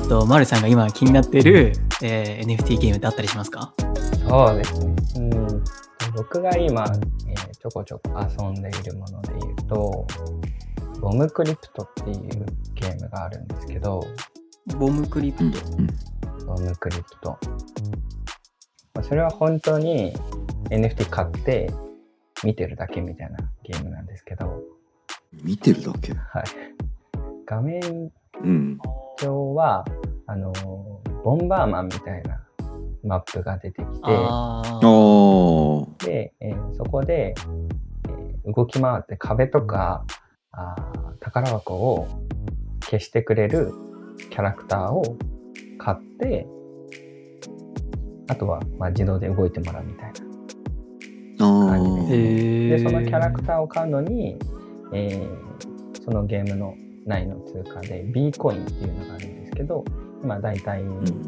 丸さんが今気になってる、NFT ゲームってあったりしますか？ そうですね。僕が今、ちょこちょこ遊んでいるもので言うと、ボムクリプトっていうゲームがあるんですけど、 ボムクリプト、 ボムクリプト。それは本当に NFT 買って見てるだけみたいなゲームなんですけど。 見てるだけ？ はい。画面上は、ボンバーマンみたいなマップが出てきて、で、そこで、動き回って壁とか宝箱を消してくれるキャラクターを買って、あとは自動で動いてもらうみたいな感じです。で、そのキャラクターを買うのに、そのゲームの内の通貨で B コインっていうのがあるんですけど、今だいたい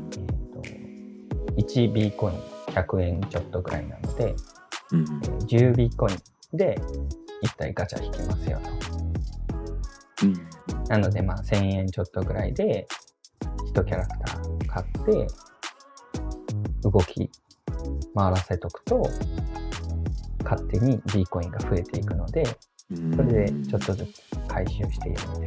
1 B コイン100円ちょっとぐらいなので、10 B コインで1体ガチャ引きますよと。なので1000円ちょっとぐらいで1キャラクター買って動き回らせとくと勝手に B コインが増えていくので、それでちょっとずつ回収しているので。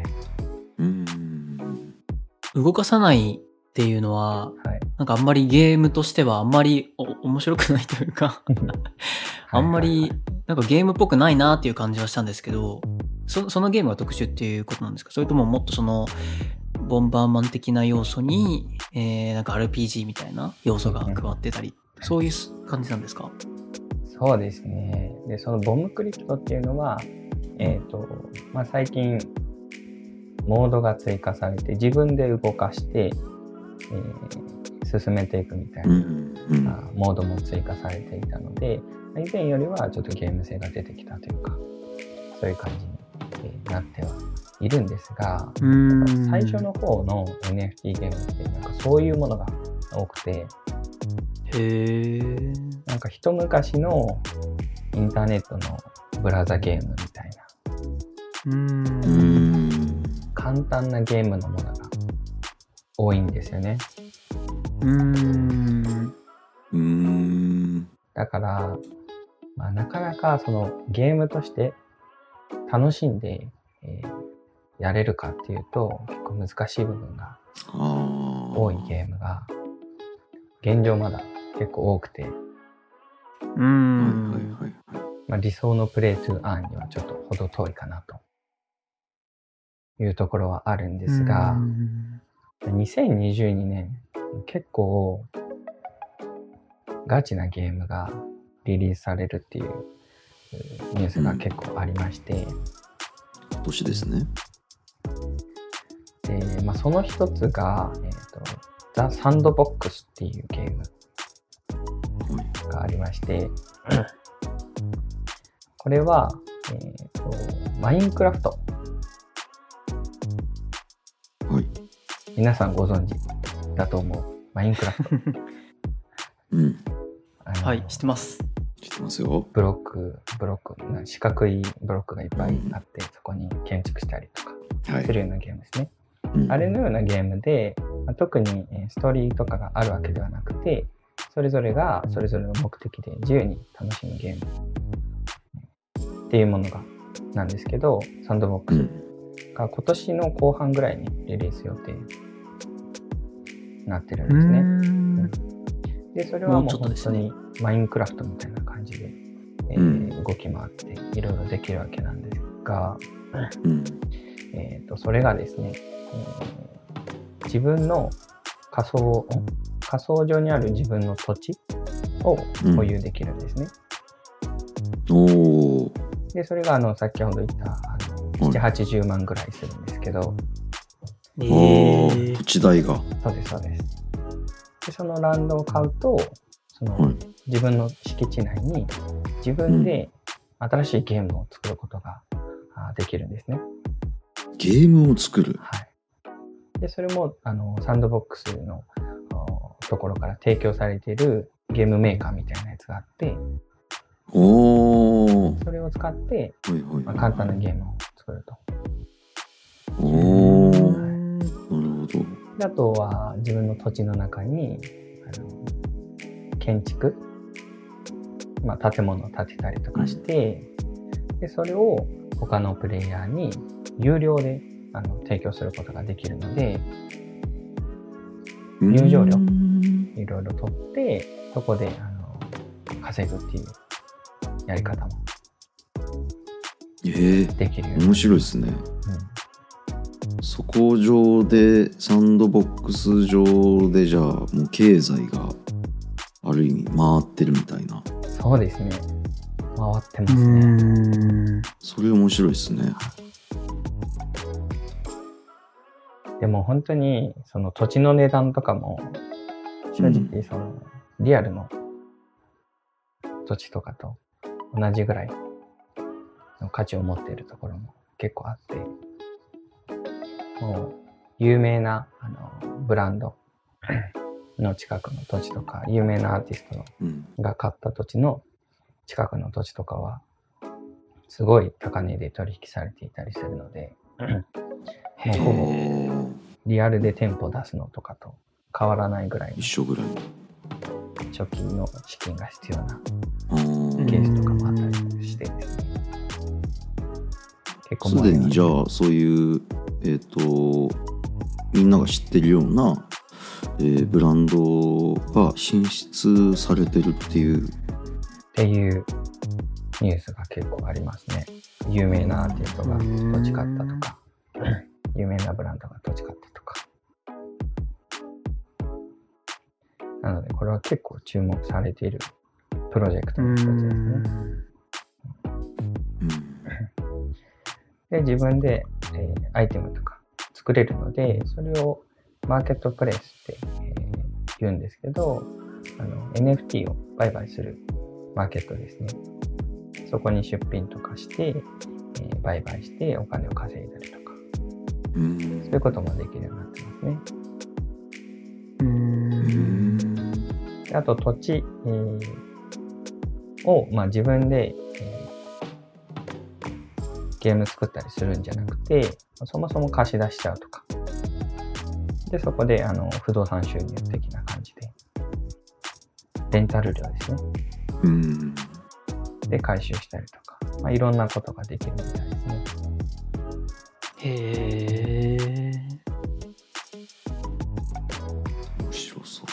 動かさないっていうのは、なんかあんまりゲームとしてはあんまり面白くないというかあんまりなんかゲームっぽくないなっていう感じはしたんですけど、そのゲームが特殊っていうことなんですか？それとももっとそのボンバーマン的な要素に、なんか RPG みたいな要素が加わってたり、そういう感じなんですか？ そうですね。で、そのボムクリプトっていうのは、最近モードが追加されて自分で動かして、進めていくみたいな、モードも追加されていたので、以前よりはちょっとゲーム性が出てきたというか、そういう感じになってはいるんですが、最初の方の NFT ゲームってなんかそういうものが多くて、なんか一昔のインターネットのブラウザゲームみたいな、簡単なゲームのものが多いんですよね。だから、なかなかそのゲームとして楽しんで、やれるかっていうと結構難しい部分が多いゲームが現状まだ結構多くて、理想のプレイトゥーアーンにはちょっと程遠いかなというところはあるんですが、2022年結構ガチなゲームがリリースされるっていうニュースが結構ありまして、 今年ですね。 で、その一つが、ザ・サンドボックスっていうゲームがありまして、これは、マインクラフト。皆さんご存知だと思うマインクラフト。 はい、知ってます。 知ってますよ。 ブロック、四角いブロックがいっぱいあって、そこに建築したりとかするようなゲームですね。あれのようなゲームで、特にストーリーとかがあるわけではなくて、それぞれがそれぞれの目的で自由に楽しむゲームっていうものがなんですけど、サンドボックスが今年の後半ぐらいにリリース予定になってるんですね。で、それはもう本当にマインクラフトみたいな感じで、動き回っていろいろできるわけなんですが、それがですね、自分の仮想上にある自分の土地を保有できるんですね。で、それが先ほど言った7、80万ぐらいするんですけど、 土地代が。 そうです、そうです。で、そのランドを買うと、その自分の敷地内に自分で新しいゲームを作ることができるんですね。 ゲームを作る。 はい。で、それもサンドボックスのところから提供されているゲームメーカーみたいなやつがあって、それを使って、簡単なゲームを作ると。 なるほど。 であとは自分の土地の中に建築、建物を建てたりとかして、でそれを他のプレイヤーに有料で提供することができるので、入場料いろいろ取ってそこで稼ぐっていうやり方もできるように。 面白いですね。そこ上でサンドボックス上でじゃあもう経済がある意味回ってるみたいな。 そうですね、回ってますね。 それ面白いですね。 でも本当にその土地の値段とかも正直そのリアルの土地とかと同じぐらいの価値を持っているところも結構あって、もう有名なブランドの近くの土地とか、有名なアーティストが買った土地の近くの土地とかはすごい高値で取引されていたりするので、もうほぼリアルで店舗出すのとかと変わらないぐらい、 一緒ぐらい初期の資金が必要なケースとかもあったりしてですね。結構すでにじゃあそういうみんなが知ってるような、ブランドが進出されてるっていうニュースが結構ありますね。有名なアーティストが土地買ったとか、有名なブランドが土地買ったとか。なのでこれは結構注目されているプロジェクトの一つですね。で自分で、アイテムとか作れるので、それをマーケットプレイスって、言うんですけど、NFT を売買するマーケットですね。そこに出品とかして、売買してお金を稼いだりとか、そういうこともできるようになってますね。あと土地、を、自分で、ゲーム作ったりするんじゃなくて、そもそも貸し出しちゃうとか。で、そこで不動産収入的な感じで、レンタル料ですね。で、回収したりとか、いろんなことができるみたいですね。 へー。 面白そう。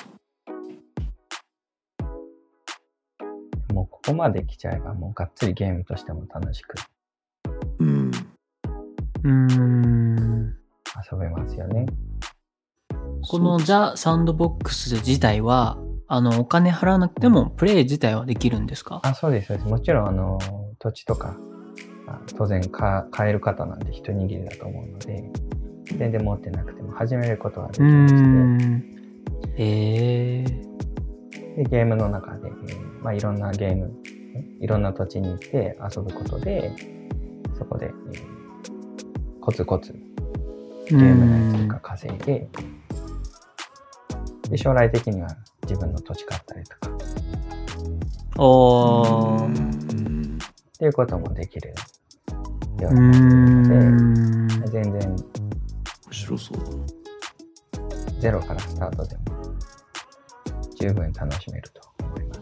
もうここまで来ちゃえば、もうがっつりゲームとしても楽しく遊べますよね。 このザ・サンドボックス自体はお金払わなくてもプレイ自体はできるんですか？ そうです、そうです。もちろん土地とか当然買える方なんて一握りだと思うので、全然持ってなくても始めることができまして、でゲームの中で、いろんなゲーム、いろんな土地に行って遊ぶことで、そこで、コツコツゲーム内とか稼いで、将来的には自分の土地買ったりとかっていうこともできるようになっているので、全然面白そうだな。 ゼロからスタートでも十分楽しめると思います。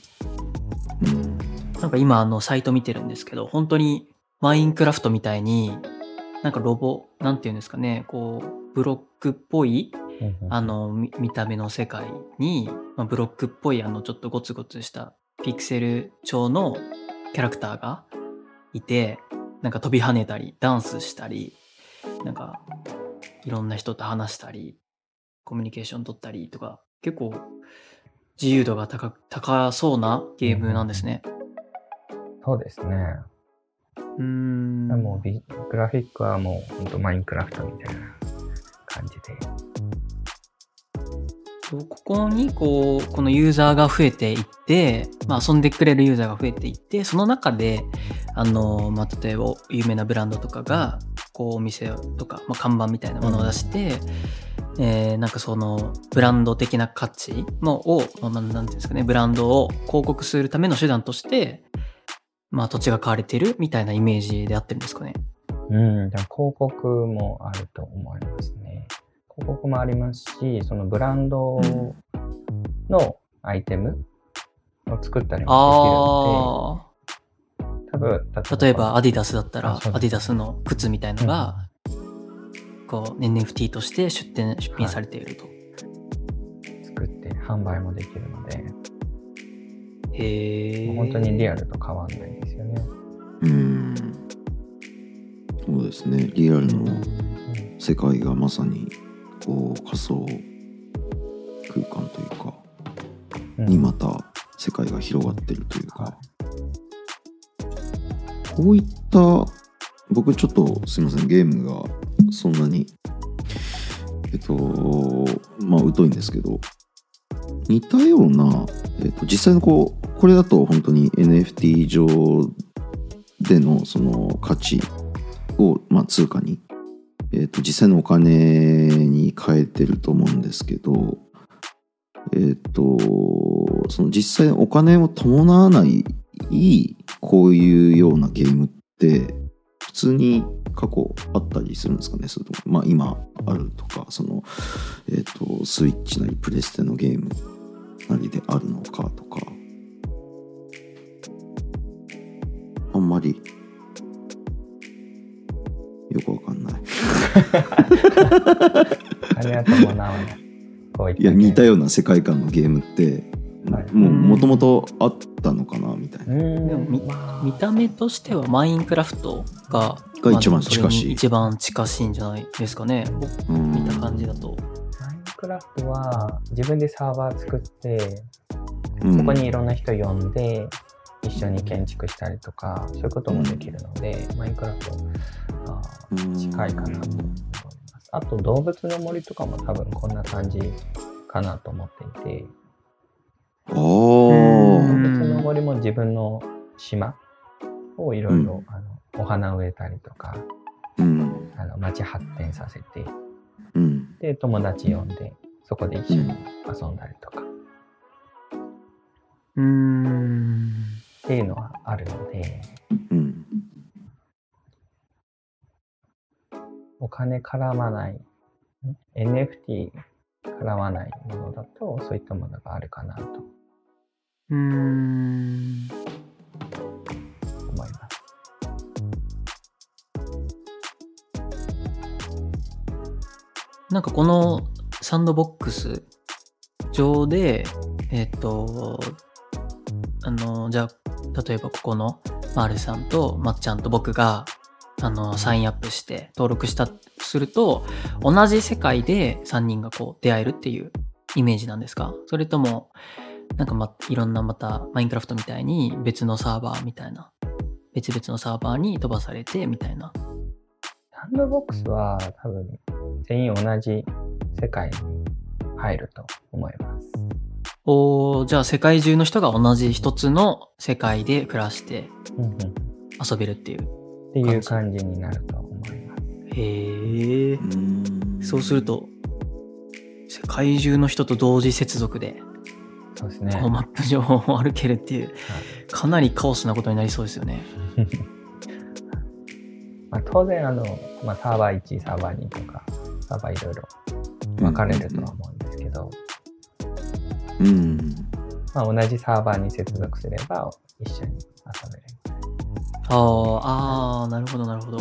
なんか今サイト見てるんですけど、本当にマインクラフトみたいになんかなんていうんですかね、こうブロックっぽい見た目の世界に、ブロックっぽいちょっとゴツゴツしたピクセル調のキャラクターがいて、なんか飛び跳ねたりダンスしたり、なんかいろんな人と話したりコミュニケーション取ったりとか、結構自由度が高そうなゲームなんですね。 そうですね。もうグラフィックはもう本当マインクラフトみたいな感じで、 ここにこのユーザーが増えていって、遊んでくれるユーザーが増えていって、その中で例えば有名なブランドとかがこうお店とか、看板みたいなものを出して、なんかそのブランド的な価値をなんていうんですかね、ブランドを広告するための手段として土地が買われてるみたいなイメージで合ってるんですかね。 でも広告もあると思いますね。 広告もありますし、そのブランドのアイテムを作ったりもできるので、多分例えばアディダスだったら、アディダスの靴みたいのが、こう NFT として出品されていると。 作って販売もできるので、 へー。 本当にリアルと変わんないですよね。 そうですね。リアルの世界がまさにこう仮想空間というか、にまた世界が広がってるというか、こういった僕ちょっとすいません、ゲームがそんなにまあ疎いんですけど、似たような、実際のこれだと本当に NFT 上でのその価値を、まあ、通貨に、実際のお金に変えてると思うんですけど、その実際お金を伴わないこういうようなゲームって普通に過去あったりするんですかね。それともまあ今あるとか、そのスイッチなりプレステのゲームなりであるのかとか、あんまりよくわかんない。 ありがとうもなわない。 いや、似たような世界観のゲームって、もともとあったのかなみたいな。 でも見た目としてはマインクラフトが一番近しい。 一番近しいんじゃないですかね。見た感じだと。 マインクラフトは自分でサーバー作って、そこにいろんな人呼んで一緒に建築したりとか、そういうこともできるので、マインクラフト近いかなと思います。あと動物の森とかも多分こんな感じかなと思っていて、動物の森も自分の島をいろいろお花植えたりとか、町発展させて、で友達呼んでそこで一緒に遊んだりとか、っていうのはあるので、お金絡まない NFT 絡まないものだとそういったものがあるかなと思います。 なんかこのサンドボックス上でじゃあ例えばここのマールさんとまっちゃんと僕がサインアップして登録したとすると、同じ世界で3人がこう出会えるっていうイメージなんですか？それともなんかいろんなまたマインクラフトみたいに別のサーバーみたいな、別々のサーバーに飛ばされてみたいな。 サンドボックスは多分全員同じ世界に入ると思います。 じゃあ世界中の人が同じ一つの世界で暮らして遊べるっていう感じになると思います。 へえ。そうすると世界中の人と同時接続で、 そうですね、 こうマップ上を歩けるっていう、かなりカオスなことになりそうですよね。 当然サーバー1、サーバー2とかサーバーいろいろ分かれるとは思うんですけど、同じサーバーに接続すれば一緒に遊べる。 なるほどなるほど。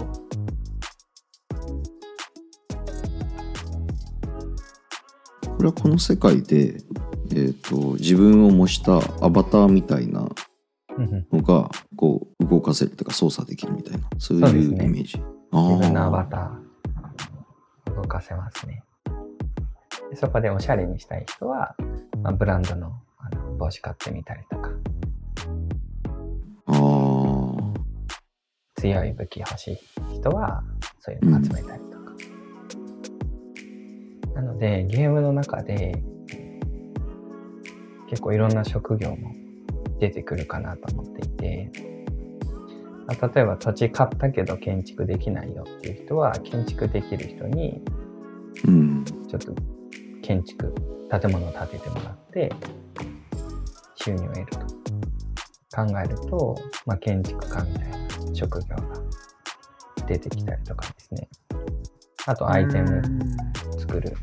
これはこの世界で、自分を模したアバターみたいなのがこう動かせるというか操作できるみたいな、そういうイメージ。 自分のアバター動かせますね。でそこでおしゃれにしたい人は、ブランドの帽子買ってみたりとか、強い武器欲しい人はそういうの集めたりとか、なのでゲームの中で結構いろんな職業も出てくるかなと思っていて、例えば土地買ったけど建築できないよっていう人は、建築できる人にちょっと建物を建ててもらって収入を得ると考えると、建築家みたいな職業が出てきたりとかですね。あとアイテム作くる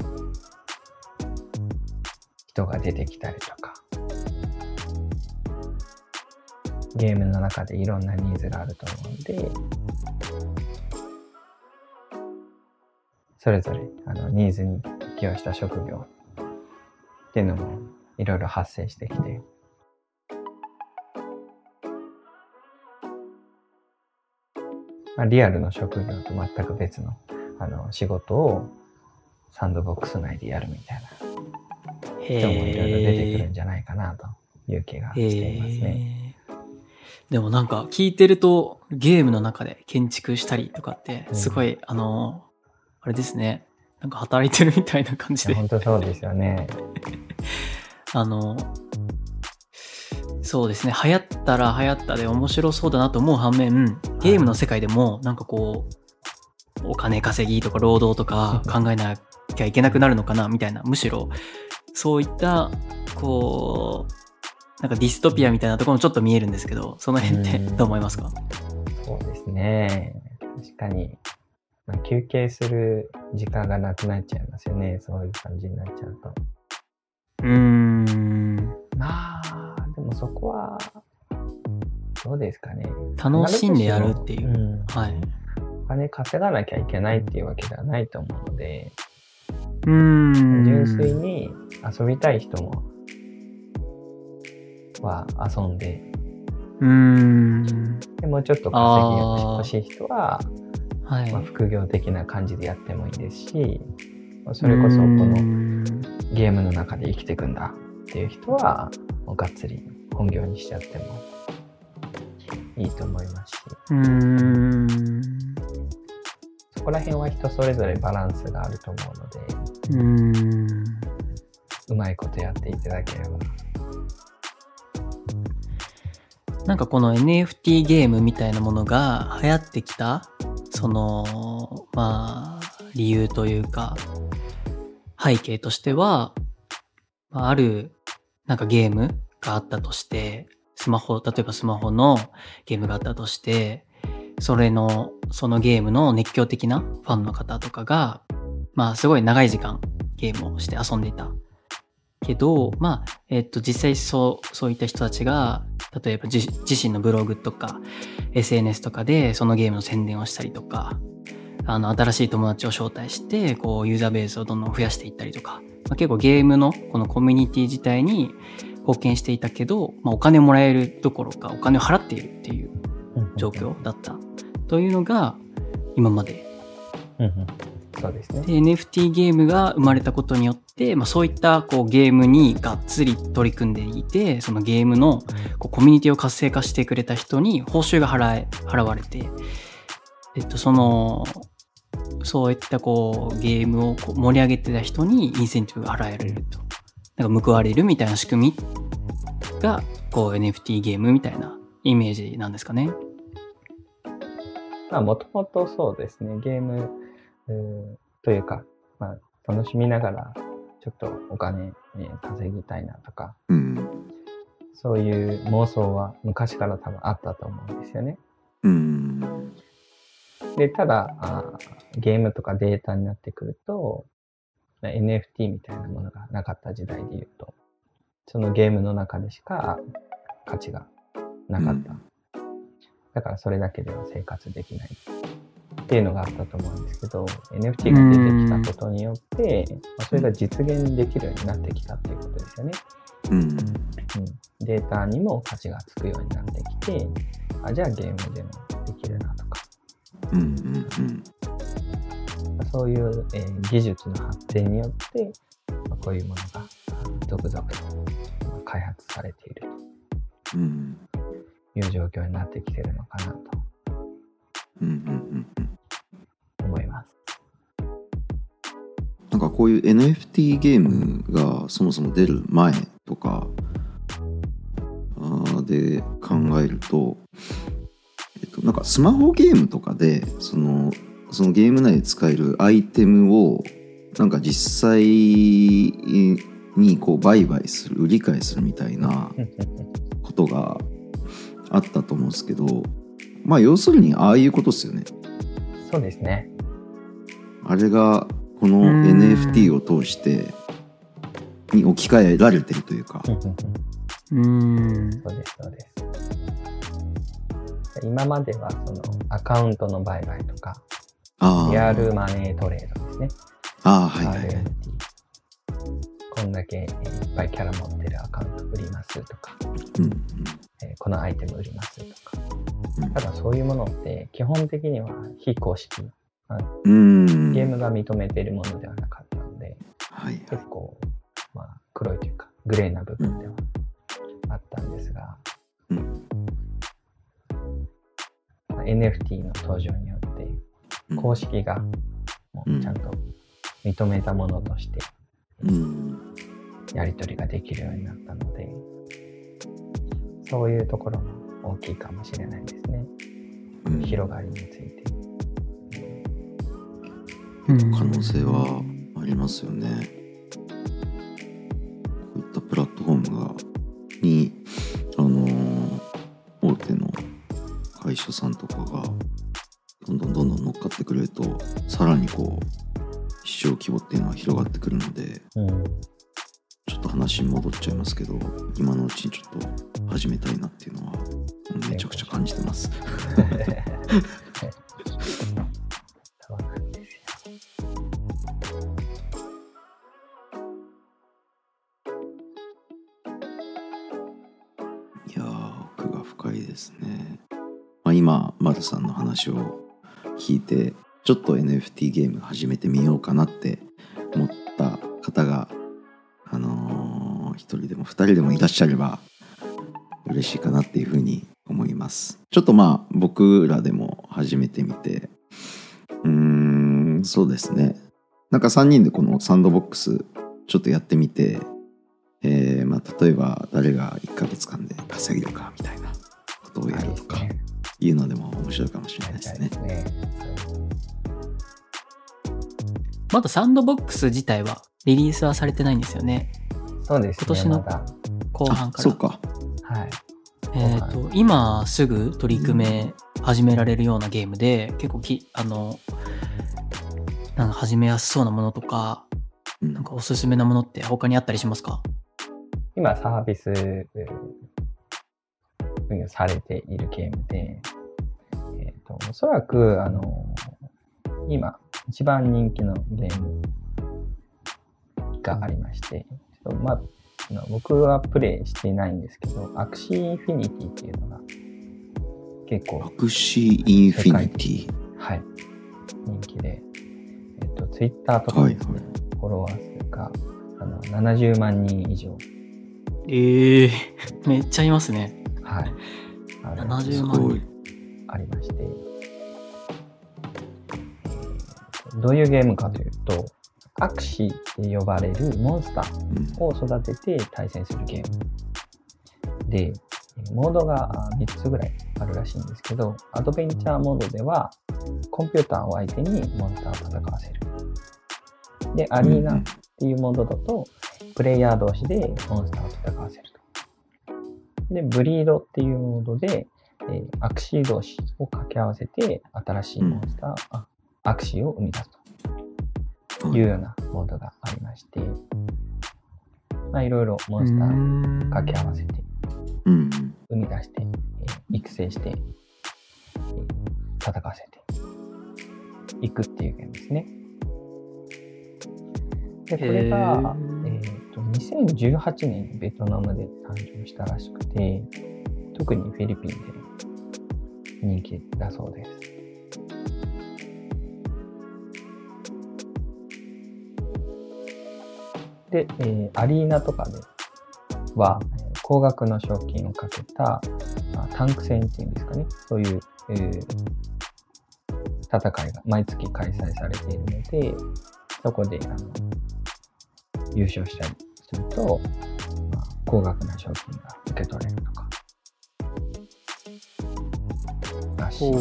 人が出てきたりとか、ゲームの中でいろんなニーズがあると思うんで、それぞれニーズに適応した職業っていうのもいろいろ発生してきて、リアルの職業と全く別の仕事をサンドボックス内でやるみたいな人もいろいろ出てくるんじゃないかなという気がしていますね。 でもなんか聞いてるとゲームの中で建築したりとかってすごい、あれですね、なんか働いてるみたいな感じで。 本当そうですよね。 そうですね、流行ったら流行ったで面白そうだなと思う反面、ゲームの世界でもなんかこうお金稼ぎとか労働とか考えなきゃいけなくなるのかなみたいな、むしろそういったこうなんかディストピアみたいなところもちょっと見えるんですけど、その辺ってどう思いますか？ そうですね、確かに、休憩する時間がなくなっちゃいますよね、そういう感じになっちゃうと。でもそこはどうですかね。 楽しんでやるっていう、はい。 お金稼がなきゃいけないっていうわけではないと思うので、純粋に遊びたい人もは遊んで、でもうちょっと稼ぎ欲しい人は、副業的な感じでやってもいいですし、それこそこのゲームの中で生きていくんだっていう人はもうがっつり本業にしちゃってもいいと思いますし、そこら辺は人それぞれバランスがあると思うので、うまいことやっていただければ。 なんかこの NFT ゲームみたいなものが流行ってきたその理由というか背景としては、あるなんかゲームがあったとして、例えばスマホのゲームがあったとして、そのゲームの熱狂的なファンの方とかがすごい長い時間ゲームをして遊んでいたけど、実際そういった人たちが例えば自身のブログとか SNS とかでそのゲームの宣伝をしたりとか、新しい友達を招待してこうユーザーベースをどんどん増やしていったりとか、結構ゲームのこのコミュニティ自体に貢献していたけど、お金をもらえるどころかお金を払っているっていう状況だったというのが今まで。 そうですね。 で NFT ゲームが生まれたことによって、そういったこうゲームにがっつり取り組んでいて、そのゲームのこうコミュニティを活性化してくれた人に報酬が払われて、そういったこうゲームをこう盛り上げてた人にインセンティブが払えられると、なんか報われるみたいな仕組みがこう NFT ゲームみたいなイメージなんですかね。 もともとそうですね、ゲームというか、楽しみながらちょっとお金、稼ぎたいなとか、そういう妄想は昔から多分あったと思うんですよね。で、ただゲームとかデータになってくると NFT みたいなものがなかった時代で言うと、そのゲームの中でしか価値がなかった、だからそれだけでは生活できないっていうのがあったと思うんですけど、 NFT が出てきたことによって、それが実現できるようになってきたっていうことですよね。データにも価値がつくようになってきて、じゃあゲームでもできるなとか、そういう、技術の発展によって、こういうものが続々と開発されているという状況になってきているのかなと思います。 なんかこういう NFT ゲームがそもそも出る前とかで考えると、なんかスマホゲームとかでそのゲーム内で使えるアイテムをなんか実際にこう売買する、売り買いするみたいなことがあったと思うんですけど、要するにああいうことですよね。 そうですね。 あれがこの NFT を通してに置き換えられてるというか。 そうですそうです。今まではそのアカウントの売買とかリアルマネートレードですね。 はいはいはい。 NFT、こんだけいっぱいキャラ持ってるアカウント売りますとか、このアイテム売りますとか。ただそういうものって基本的には非公式、ゲームが認めているものではなかったので、結構、黒いというかグレーな部分ではあったんですが、NFT の登場によって公式がもうちゃんと認めたものとしてやり取りができるようになったので、そういうところも大きいかもしれないですね。広がりについて。 可能性はありますよね。こういったプラットフォームに大手の会社さんとかがどんどん乗っかってくれると、さらにこう市場規模っていうのは広がってくるので、ちょっと話に戻っちゃいますけど、今のうちにちょっと始めたいなっていうのはめちゃくちゃ感じてます。いやー、奥が深いですね。今丸さんの話を聞いて、ちょっと NFT ゲーム始めてみようかなって思った方が1人でも2人でもいらっしゃれば嬉しいかなっていうふうに思います。ちょっと僕らでも始めてみて、そうですね、なんか3人でこのサンドボックスちょっとやってみて、例えば誰が1ヶ月間で稼げるかみたいなことをやるとかいうのでも面白いかもしれないですね。 まだサンドボックス自体はリリースはされてないんですよね。 そうですね。 今年の後半から。 そうか。 はい。 今すぐ取り組め始められるようなゲームで、結構なんか始めやすそうなものとか、なんかおすすめなものって他にあったりしますか？ 今サービス運用されているゲームで、おそらく今一番人気のゲームがありまして、僕はプレイしていないんですけど、アクシーインフィニティっていうのが結構アクシーインフィニティ、 はい、人気で、ツイッターとかですね、フォロワー数が70万人以上。 めっちゃいますね。 はい。 70万人ありまして、どういうゲームかというと、アクシーって呼ばれるモンスターを育てて対戦するゲームで、モードが3つぐらいあるらしいんですけど、アドベンチャーモードではコンピューターを相手にモンスターを戦わせる。で、アリーナっていうモードだとプレイヤー同士でモンスターを戦わせると。で、ブリードっていうモードでアクシー同士を掛け合わせて新しいモンスター、アクシーを生み出すというようなモードがありまして、いろいろモンスターを掛け合わせて生み出して、育成して、戦わせていくっていうゲームですね。で、これが、2018年にベトナムで誕生したらしくて、特にフィリピンで人気だそうです。で、アリーナとかでは、高額の賞金をかけたタンク戦っていうんですかね、そういう、戦いが毎月開催されているので、そこで優勝したりすると、高額な賞金が受け取れるとからしいです。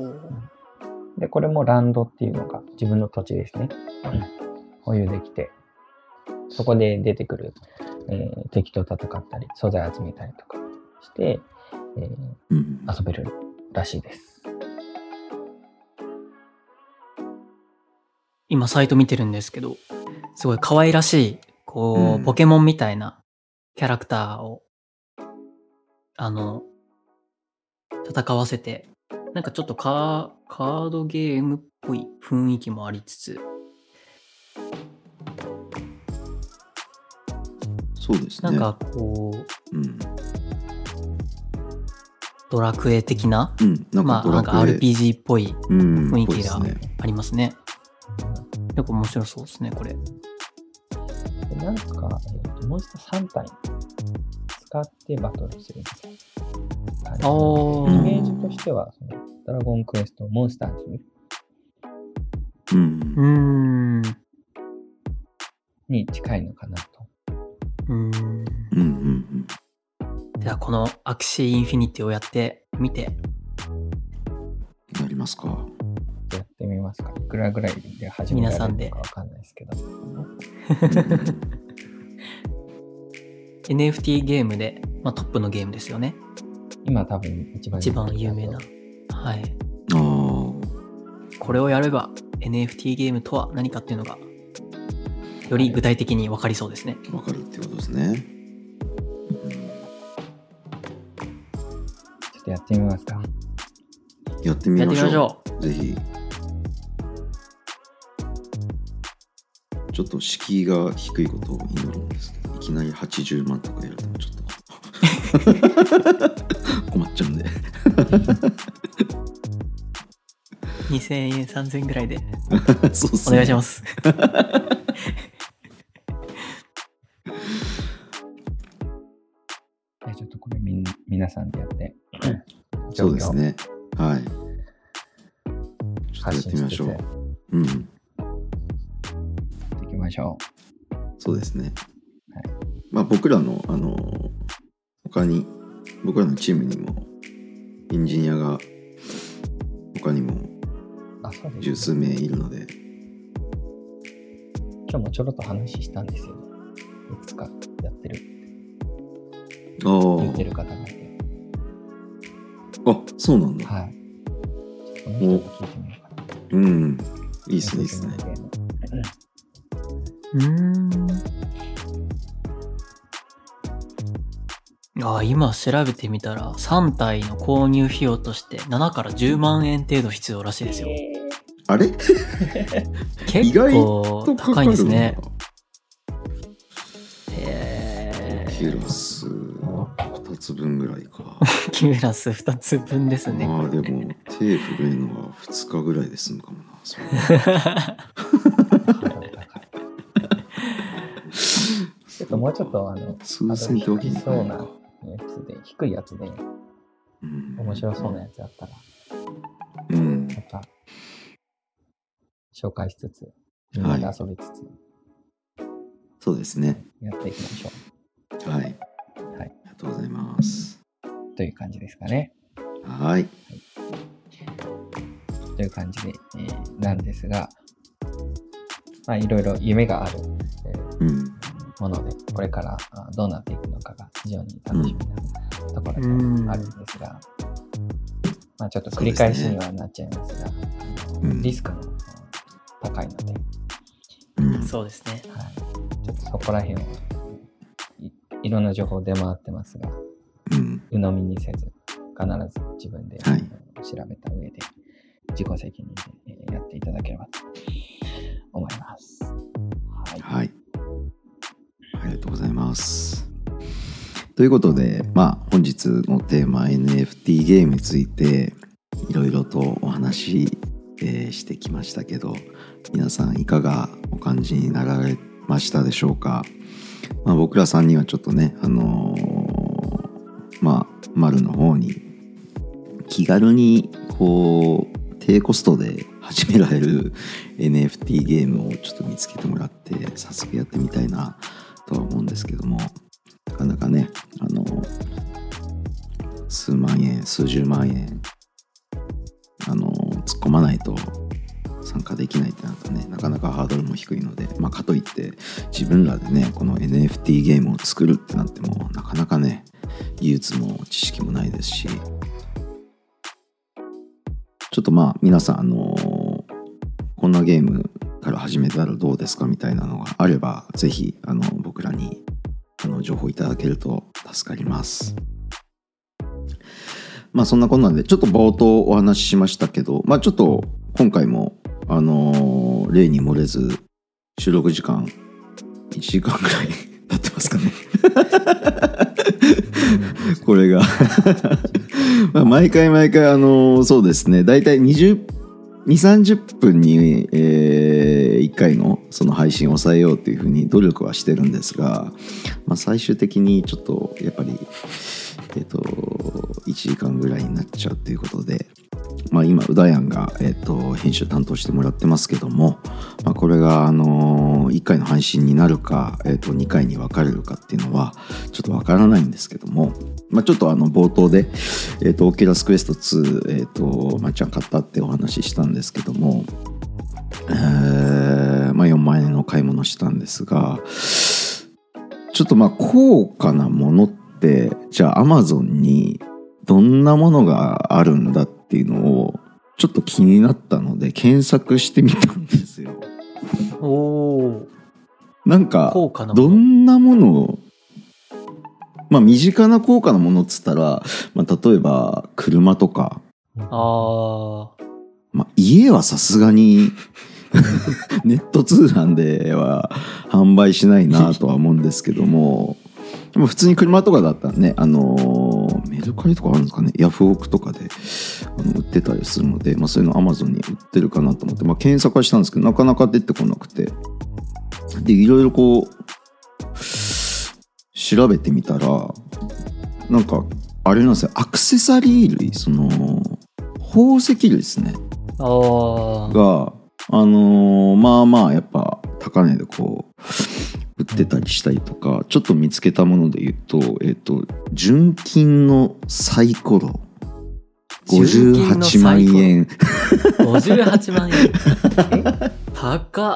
で、これもランドっていうのが自分の土地ですね、保有できて、そこで出てくる、敵と戦ったり素材集めたりとかして、遊べるらしいです。 今サイト見てるんですけど、すごい可愛らしい、こう、ポケモンみたいなキャラクターを、戦わせて、なんかちょっとカードゲームっぽい雰囲気もありつつ、 そうですね。 なんかこう、ドラクエ的な、なんか RPG っぽい雰囲気がありますね。結構面白そうですね、これ。 なんか、モンスター3体使ってバトルするみたいな。イメージとしては、ドラゴンクエスト、モンスターズに近いのかなと。 じゃあこのアクシーインフィニティをやってみて。 やりますか。 やってみますか。いくらぐらいで始められるのかわかんないですけど。 NFT ゲームで、トップのゲームですよね。 今多分一番有名な。はい。これをやれば NFT ゲームとは何かっていうのがより具体的に分かりそうですね。 分かるってことですね。 ちょっとやってみますか。 やってみましょう。ぜひ。ちょっと敷居が低いことを祈るんですけど、いきなり80万とかやるとちょっと困っちゃうんで 2000円3000円ぐらいでそうっすね、お願いしますちょっとこれ皆さんでやってそうですね。はい。ちょっとやってみましょう。 いきましょう。そうですね。はい、僕らの他に僕らのチームにもエンジニアが他にも十数名いるので、 今日もちょろっと話したんですよ。いくつかやってる言ってる方がいて。 あ、そうなんだ。 はい。この人に聞いてみようかな。 いいっすね、いいっすね。 今調べてみたら3体の購入費用として7から10万円程度必要らしいですよ。 あれ結構高いんですね。 キュラス2つ分ぐらいか。 キュラス2つ分ですね。 でも手震えるのは2日ぐらいで済むかもな。 ちょっともうちょっと数千と低そうなやつで、低いやつで面白そうなやつあったら、また紹介しつつ、みんなで遊びつつ、 そうですね。 やっていきましょう。 はい。ありがとうございます。 という感じですかね。 はい。 という感じで、なんですが、いろいろ夢がある、もので、これからどうなっていくのかが非常に楽しみなところがあるんですが、ちょっと繰り返しにはなっちゃいますが、リスクも高いので、 そうですね。 ちょっとそこら辺をいろんな情報出回ってますが、鵜呑みにせず、必ず自分で調べた上で、自己責任でやっていただければと思います。 はい。ありがとうございます。ということで、本日のテーマ NFT ゲームについていろいろとお話してきましたけど、皆さんいかがお感じになられましたでしょうか。僕ら3人はちょっとね、丸の方に気軽にこう低コストで始められる NFT ゲームをちょっと見つけてもらって早速やってみたいなとは思うんですけども、なかなかね数万円数十万円突っ込まないと参加できないってなるとね、なかなかハードルも低いので、かといって自分らでねこの NFT ゲームを作るってなってもなかなかね技術も知識もないですし、ちょっと皆さんこんなゲームから始めたらどうですかみたいなのがあれば、ぜひ僕らに情報いただけると助かります。まあそんなこんなんでちょっと冒頭お話ししましたけど、まあちょっと今回も例に漏れず収録時間1時間ぐらい経ってますかねこれがまあ毎回そうですね、だいたい20-30分に、1回のその配信を抑えようというふうに努力はしてるんですが、まあ、最終的にちょっとやっぱり1時間ぐらいになっちゃうということで、まあ、今うだやんが、編集担当してもらってますけども、まあ、これが1回の配信になるか、2回に分かれるかっていうのはちょっと分からないんですけども、まあ、ちょっと冒頭で、オキュラスクエスト2、まっちゃん買ったってお話ししたんですけども、まあ、4万円の買い物したんですが、ちょっとまあ高価なものってじゃあ Amazon にどんなものがあるんだっていうのをちょっと気になったので検索してみたんですよ。なんかどんなものを、まあ身近な高価なものっつったら、まあ、例えば車とか、まあ、家はさすがにネット通販では販売しないなとは思うんですけども、でも普通に車とかだったらね、メルカリとかあるんですかね、ヤフオクとかで売ってたりするので、まあ、そういうの Amazon に売ってるかなと思って、まあ、検索はしたんですけどなかなか出てこなくて、でいろいろこう調べてみたら、なんかあれなんですよ、アクセサリー類、その宝石類ですねがまあまあやっぱ高値でこう売ってたりしたりとか、ちょっと見つけたもので言うと、純金のサイコロ58万円 58万円高っ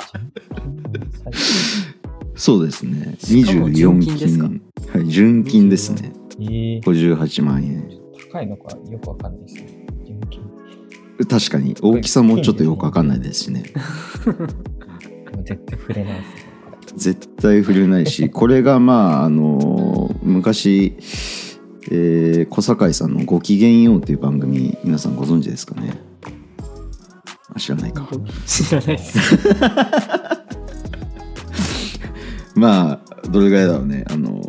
そうですね、24金、はい、純金ですね、58万円。 高いのかよくわかんないですね、純金。 確かに大きさもちょっとよくわかんないですしね絶対触れないですね、 絶対触れないし、これがまあ昔、小堺さんのごきげんようという番組、皆さんご存知ですかね。知らないか。 知らないですまあどれぐらいだろうね、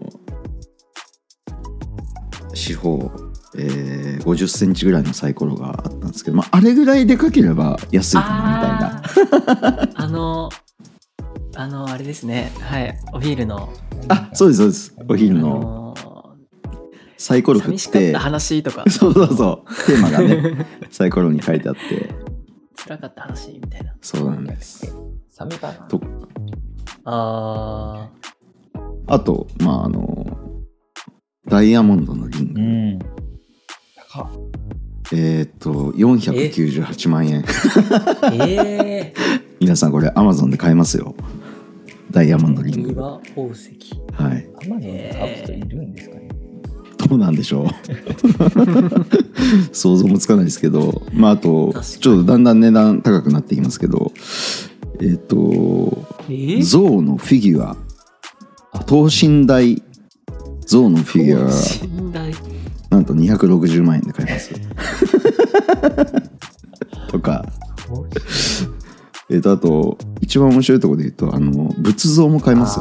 四方、50センチぐらいのサイコロがあったんですけど、まあ、あれぐらいでかければ安いかなみたいなあれですね、はい、お昼の、 そうですそうです、お昼のサイコロ振って、寂しかった話とか、 そうテーマがねサイコロに書いてあって、 辛かった話みたいな。 そうなんです。 サメかなと、 あとまあダイヤモンドのリング、 高っ、 498万円皆さんこれ Amazon で買えますよ、ダイヤモンドリング。 岩宝石、 はい、 Amazon で買う人いるんですかね。 どうなんでしょう想像もつかないですけど、まああとちょっとだんだん値段高くなってきますけど、象のフィギュア、等身大象のフィギュアがなんと260万円で買えますとか、あと一番面白いところで言うと仏像も買えます。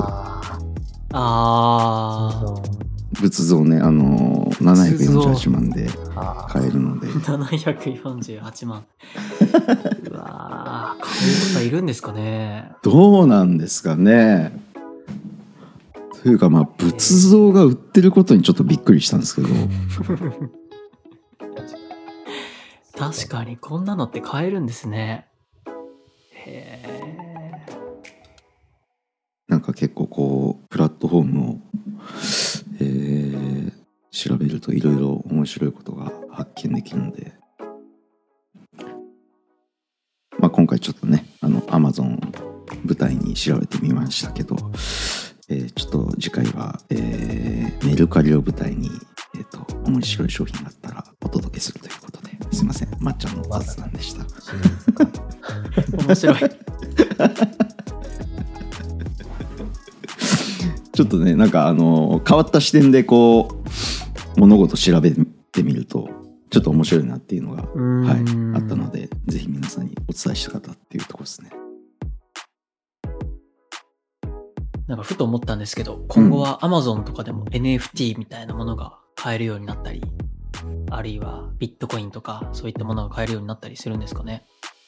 仏像ね、748万で買えるので。 748万うわー、買う方いるんですかね。 どうなんですかね。というかまあ仏像が売ってることにちょっとびっくりしたんですけど確かにこんなのって買えるんですね。へー、 なんか結構こうプラットフォームを、調べるといろいろ面白いことが発見できるので、まあ、今回ちょっとねAmazon 舞台に調べてみましたけど、ちょっと次回は、メルカリを舞台に、面白い商品があったらお届けするということで、すいません、まっちゃんの雑談でした。 面白いちょっとね、なんか変わった視点でこう物事調べてみるとちょっと面白いなっていうのが、はい、あったので、ぜひ皆さんにお伝えしたかったっていうところですね。 なんかふと思ったんですけど、今後は Amazon とかでも NFT みたいなものが買えるようになったり、あるいはビットコインとかそういったものが買えるようになったりするんですかね。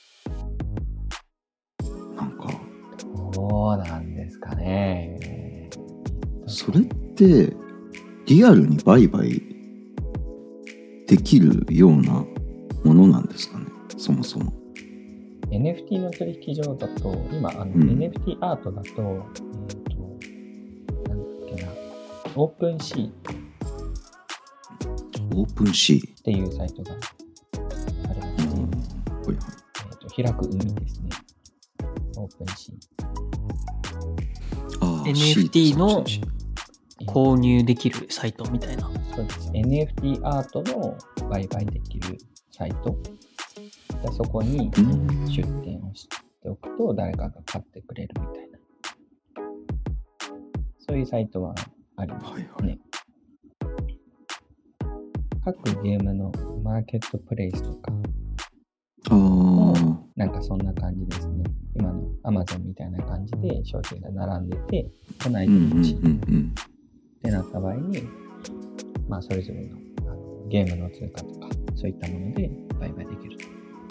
なんかどうなんですかね。 それってリアルに売買できるようなものなんですかね、そもそも。 NFT の取引所だと、今NFT アートだと、なんだっけな、オープンシーっていうサイトがありまして、開く海ですね。オープンシー。NFT の購入できるサイトみたいな。 そうです。NFT アートの売買できるサイト。そこに出店をしておくと誰かが買ってくれるみたいな、そういうサイトはありますね。はいはい、各ゲームのマーケットプレイスとかなんかそんな感じですね。今の Amazon みたいな感じで商品が並んでて、このアイテム欲しいってなった場合に、まあそれぞれのゲームの通貨とかそういったもので売買できると。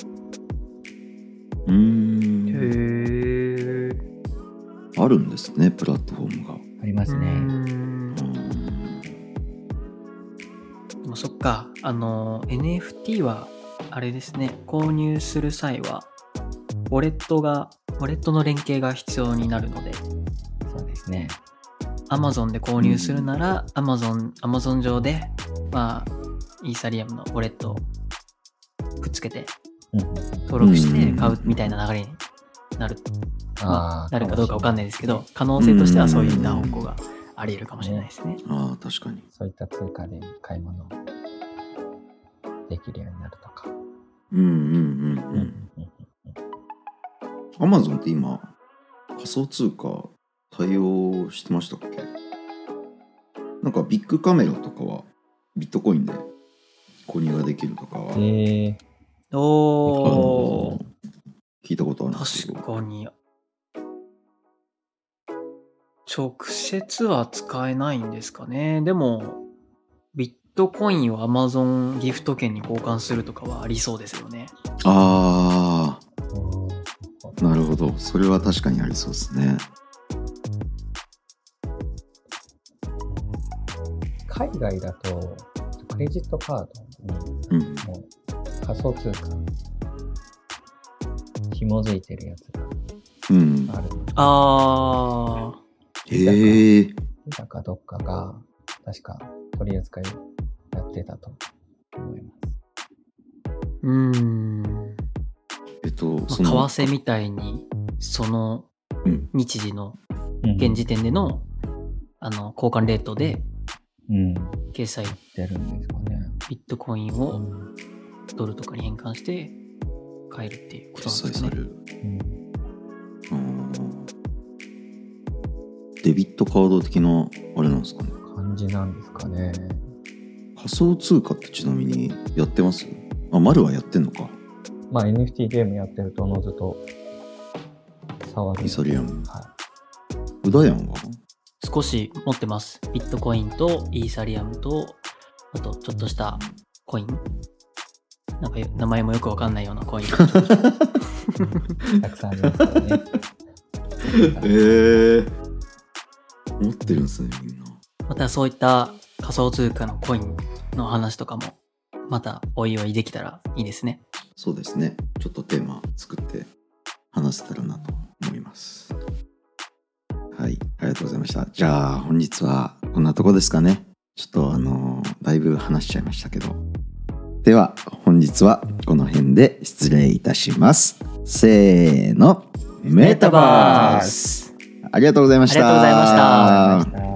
へー、あるんですね、プラットフォームが。 ありますね。 でもそっか、NFT はあれですね、購入する際はウォレットの連携が必要になるので。 そうですね。 Amazon で購入するなら、Amazon 上でまあイーサリアムのウォレットをくっつけて登録して買うみたいな流れになる、なるかどうかわかんないですけど、可能性としてはそういった方向があり得るかもしれないですね。 ああ、確かに。 そういった通貨で買い物できるようになるとか。 Amazon って今仮想通貨対応してましたっけ？なんかビッグカメラとかはビットコインで購入ができるとかは、聞いたことあるんですけど。 確かに直接は使えないんですかね。でもビットコインを Amazon ギフト券に交換するとかはありそうですよね。 ああ、なるほど。それは確かにありそうですね。 海外だとクレジットカードにもう仮想通貨紐づいてるやつがある。 ああ。 ビザかどっかが確か取り扱いやってたと思います。 為替みたいにその日時の現時点での交換レートで決済してるんですかね。 ビットコインをドルとかに変換して買えるっていうことなんですかね。 デビットカード的なあれなんですかね。 感じなんですかね。 仮想通貨ってちなみにやってます？丸はやってんのか。 まあ NFT ゲームやってるとおのずと触る。 イーサリアム。うだやんは少し持ってます。ビットコインとイーサリアムと、あとちょっとしたコイン。なんか名前もよくわかんないようなコイン。たくさんありますからね。 持ってるんですね、みんな。 またそういった仮想通貨のコインの話とかもまたおいおいできたらいいですね。 そうですね。ちょっとテーマ作って話せたらなと思います。はい、ありがとうございました。じゃあ本日はこんなとこですかね。ちょっとだいぶ話しちゃいましたけど。では本日はこの辺で失礼いたします。せーの、メタバース。ありがとうございました。 ありがとうございました。